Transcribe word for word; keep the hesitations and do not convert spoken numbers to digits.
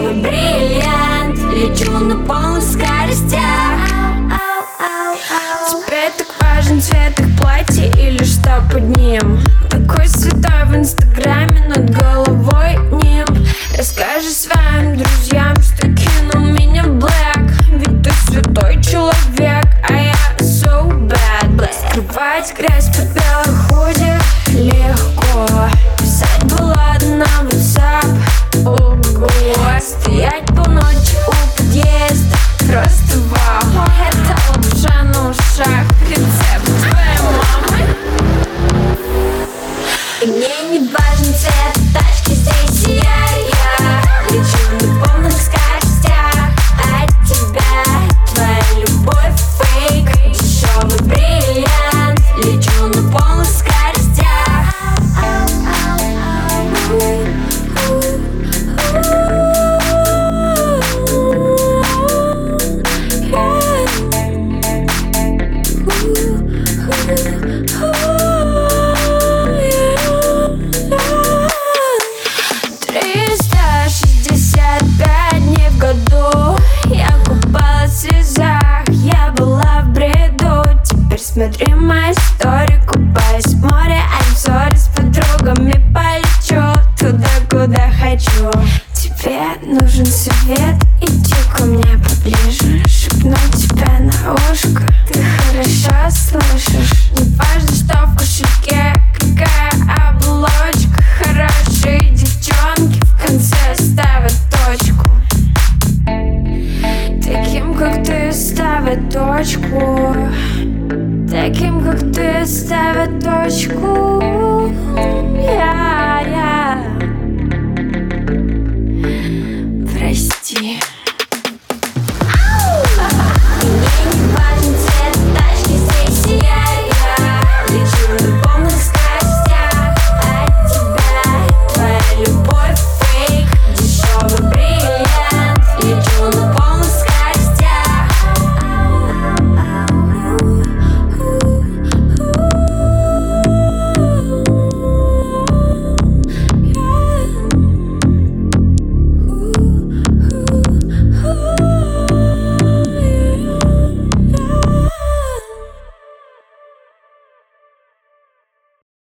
дешевый бриллиант, лечу на полных скоростях. Тебе так важен цвет их платья или что под ним? Такой святой в инстаграме, над головой нимб. Расскажи своим друзьям, что кинул меня в блэк. Ведь ты святой человек, а я so bad black. Скрывать грязь под белой худи легко, писать баллады на WhatsApp, ого. Стоять полночи у подъезда, просто вау. Это лапша на ушах, рецепт твоей мамы. И мне не важен цвет тачки, здесь и я, я лечу на полных скоростях от тебя. Твоя любовь фейк, дешевый бриллиант, лечу на полных скоростях. триста шестьдесят пять дней в году я купалась в слезах, я была в бреду. Теперь смотри мои истории, купаюсь в море, I'm sorry, с подругами полечу туда, куда хочу. Тебе нужен свет и